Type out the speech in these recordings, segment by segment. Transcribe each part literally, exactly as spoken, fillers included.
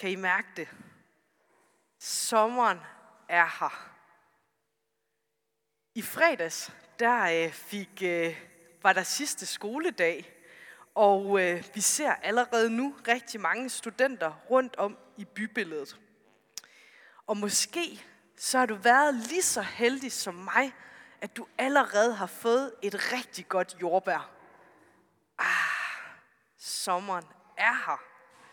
Kan I mærke det? Sommeren er her. I fredags, der fik, var der sidste skoledag, og vi ser allerede nu rigtig mange studenter rundt om i bybilledet. Og måske så har du været lige så heldig som mig, at du allerede har fået et rigtig godt jordbær. Ah, sommeren er her.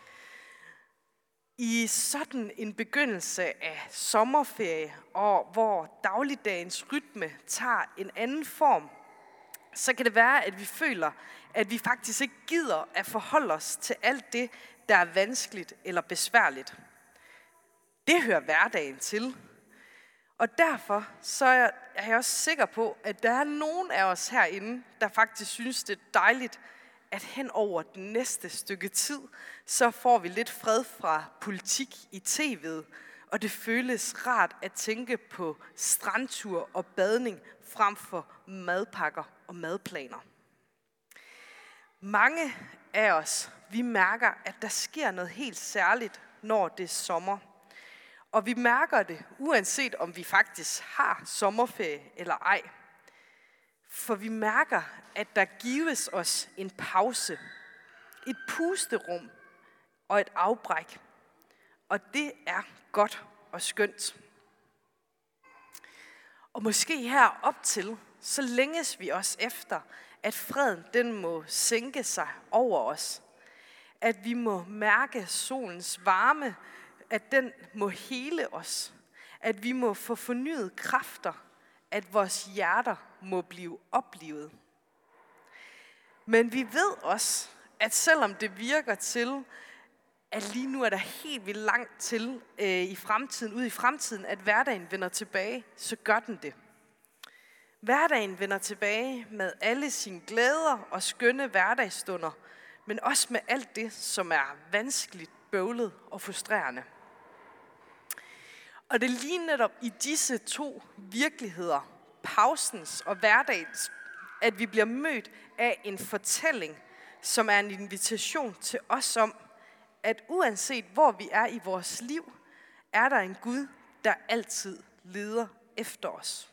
I sådan en begyndelse af sommerferie, og hvor dagligdagens rytme tager en anden form, så kan det være, at vi føler, at vi faktisk ikke gider at forholde os til alt det, der er vanskeligt eller besværligt. Det hører hverdagen til. Og derfor så er jeg også sikker på, at der er nogen af os herinde, der faktisk synes, det er dejligt, at hen over den næste stykke tid, så får vi lidt fred fra politik i tv'et, og det føles rart at tænke på strandtur og badning frem for madpakker og madplaner. Mange af os, vi mærker, at der sker noget helt særligt, når det er sommer. Og vi mærker det, uanset om vi faktisk har sommerferie eller ej. For vi mærker, at der gives os en pause, et pusterum og et afbræk. Og det er godt og skønt. Og måske her op til, så længes vi os efter, at freden den må sænke sig over os. At vi må mærke solens varme, at den må hele os. At vi må få fornyet kræfter, at vores hjerter må blive oplivet. Men vi ved også, at selvom det virker til, at lige nu er der helt vildt langt til øh, i fremtiden, ude i fremtiden, at hverdagen vender tilbage, så gør den det. Hverdagen vender tilbage med alle sine glæder og skønne hverdagsstunder, men også med alt det, som er vanskeligt, bøvlet og frustrerende. Og det er lige netop i disse to virkeligheder, pausens og hverdagens, at vi bliver mødt af en fortælling, som er en invitation til os om, at uanset hvor vi er i vores liv, er der en Gud, der altid leder efter os.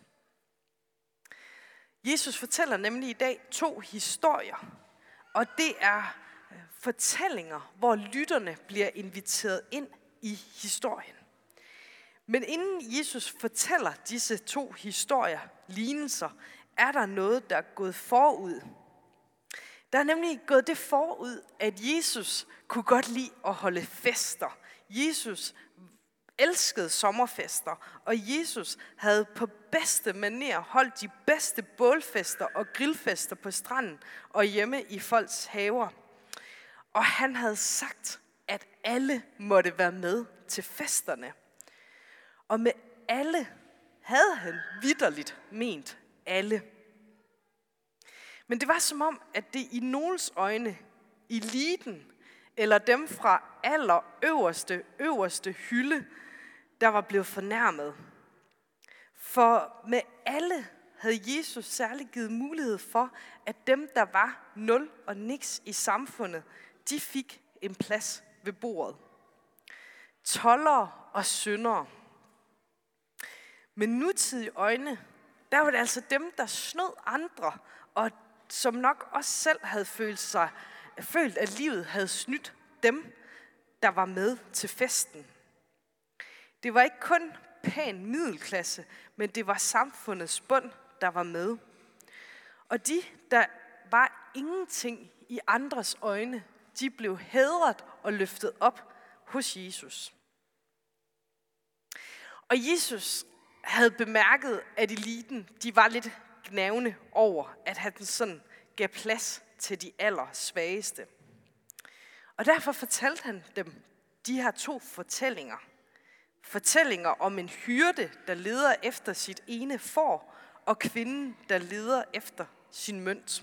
Jesus fortæller nemlig i dag to historier, og det er fortællinger, hvor lytterne bliver inviteret ind i historien. Men inden Jesus fortæller disse to historier, lignelser, er der noget, der er gået forud. Der er nemlig gået det forud, at Jesus kunne godt lide at holde fester. Jesus elskede sommerfester, og Jesus havde på bedste manér holdt de bedste bålfester og grillfester på stranden og hjemme i folks haver. Og han havde sagt, at alle måtte være med til festerne. Og med alle havde han vitterligt ment alle. Men det var som om, at det i nogens øjne, eliten, eller dem fra allerøverste, øverste hylde, der var blevet fornærmet. For med alle havde Jesus særligt givet mulighed for, at dem, der var nul og niks i samfundet, de fik en plads ved bordet. Toldere og syndere. Med nutidige øjne, der var det altså dem, der snød andre, og som nok også selv havde følt, sig, følt, at livet havde snydt dem, der var med til festen. Det var ikke kun pæn middelklasse, men det var samfundets bund, der var med. Og de, der var ingenting i andres øjne, de blev hædret og løftet op hos Jesus. Og Jesus havde bemærket, at eliten, de var lidt gnavne over, at han sådan gav plads til de allersvageste. Og derfor fortalte han dem de her to fortællinger. Fortællinger om en hyrde, der leder efter sit ene får, og kvinden, der leder efter sin mønt.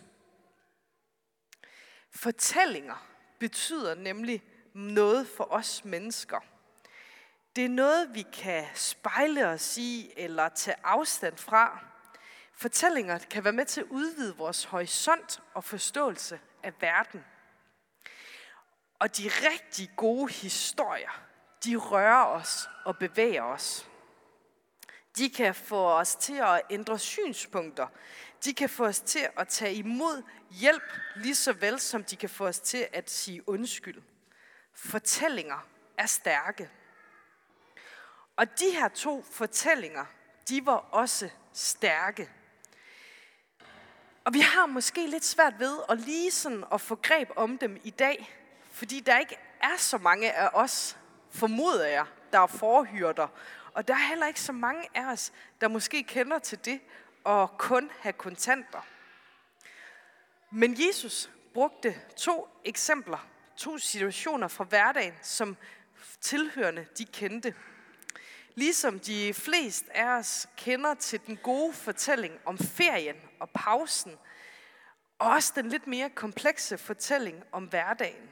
Fortællinger betyder nemlig noget for os mennesker. Det er noget, vi kan spejle os i eller tage afstand fra. Fortællinger kan være med til at udvide vores horisont og forståelse af verden. Og de rigtig gode historier, de rører os og bevæger os. De kan få os til at ændre synspunkter. De kan få os til at tage imod hjælp, lige så vel som de kan få os til at sige undskyld. Fortællinger er stærke. Og de her to fortællinger, de var også stærke. Og vi har måske lidt svært ved at lige sådan at få greb om dem i dag, fordi der ikke er så mange af os, formoder jeg, der er forhyrter. Og der er heller ikke så mange af os, der måske kender til det og kun have kontanter. Men Jesus brugte to eksempler, to situationer fra hverdagen, som tilhørende de kendte. Ligesom de fleste af os kender til den gode fortælling om ferien og pausen, og også den lidt mere komplekse fortælling om hverdagen.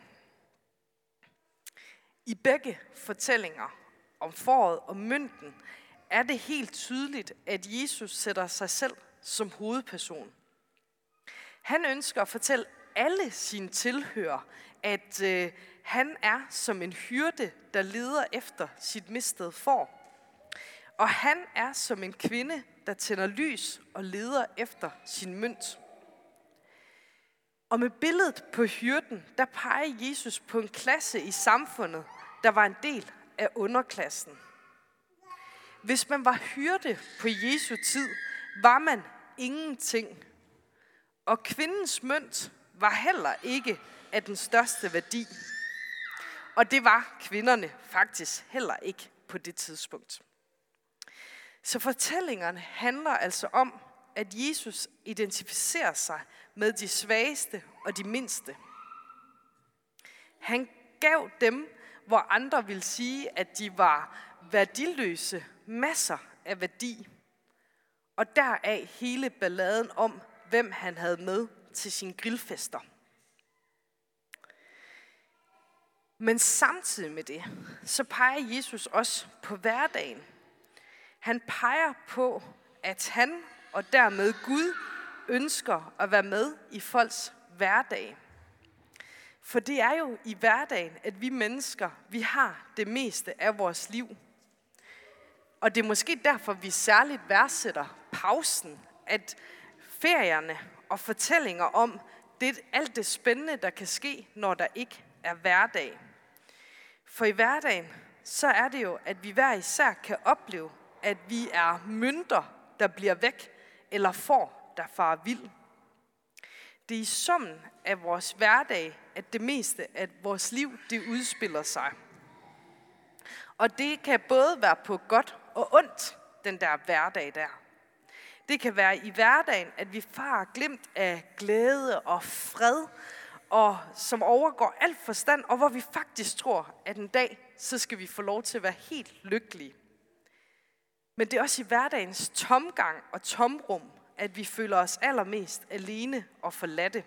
I begge fortællinger om foråret og mønten er det helt tydeligt, at Jesus sætter sig selv som hovedperson. Han ønsker at fortælle alle sine tilhørere, at øh, han er som en hyrde, der leder efter sit mistede får. Og han er som en kvinde, der tænder lys og leder efter sin mønt. Og med billedet på hyrden, der peger Jesus på en klasse i samfundet, der var en del af underklassen. Hvis man var hyrde på Jesu tid, var man ingenting. Og kvindens mønt var heller ikke af den største værdi. Og det var kvinderne faktisk heller ikke på det tidspunkt. Så fortællingerne handler altså om, at Jesus identificerer sig med de svageste og de mindste. Han gav dem, hvor andre ville sige, at de var værdiløse, masser af værdi. Og deraf hele balladen om, hvem han havde med til sine grillfester. Men samtidig med det, så peger Jesus også på hverdagen. Han peger på, at han og dermed Gud ønsker at være med i folks hverdag. For det er jo i hverdagen, at vi mennesker, vi har det meste af vores liv. Og det er måske derfor, vi særligt værdsætter pausen, at ferierne og fortællinger om det, alt det spændende, der kan ske, når der ikke er hverdag. For i hverdagen, så er det jo, at vi hver især kan opleve, at vi er mønter, der bliver væk, eller får, der farer vild. Det er i summen af vores hverdag, at det meste af vores liv, det udspiller sig. Og det kan både være på godt og ondt, den der hverdag der. Det kan være i hverdagen, at vi farer glimt af glæde og fred, og som overgår alt forstand, og hvor vi faktisk tror, at en dag, så skal vi få lov til at være helt lykkelige. Men det er også i hverdagens tomgang og tomrum, at vi føler os allermest alene og forladte.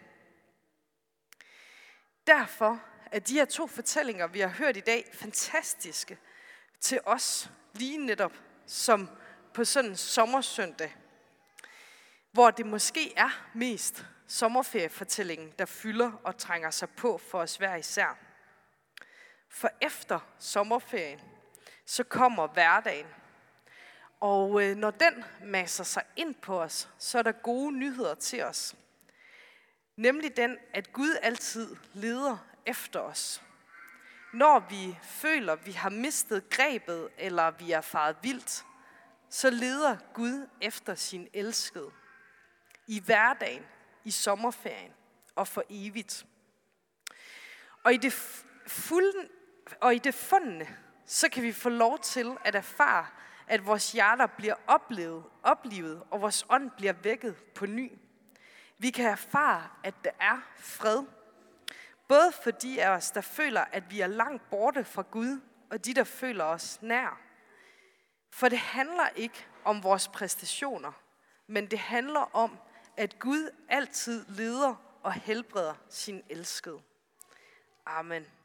Derfor er de her to fortællinger, vi har hørt i dag, fantastiske til os, lige netop som på sådan en sommersøndag, hvor det måske er mest sommerferiefortællingen, der fylder og trænger sig på for os hver især. For efter sommerferien, så kommer hverdagen. Og øh, når den masser sig ind på os, så er der gode nyheder til os. Nemlig den, at Gud altid leder efter os. Når vi føler, vi har mistet grebet, eller vi er faret vildt, så leder Gud efter sin elskede. I hverdagen, i sommerferien og for evigt. Og i det, fulde, og i det fundne, så kan vi få lov til at erfare, at vores hjerter bliver oplevet, oplivet, og vores ånd bliver vækket på ny. Vi kan erfare, at der er fred. Både for de af os, der føler, at vi er langt borte fra Gud, og de, der føler os nær. For det handler ikke om vores præstationer, men det handler om, at Gud altid leder og helbreder sin elskede. Amen.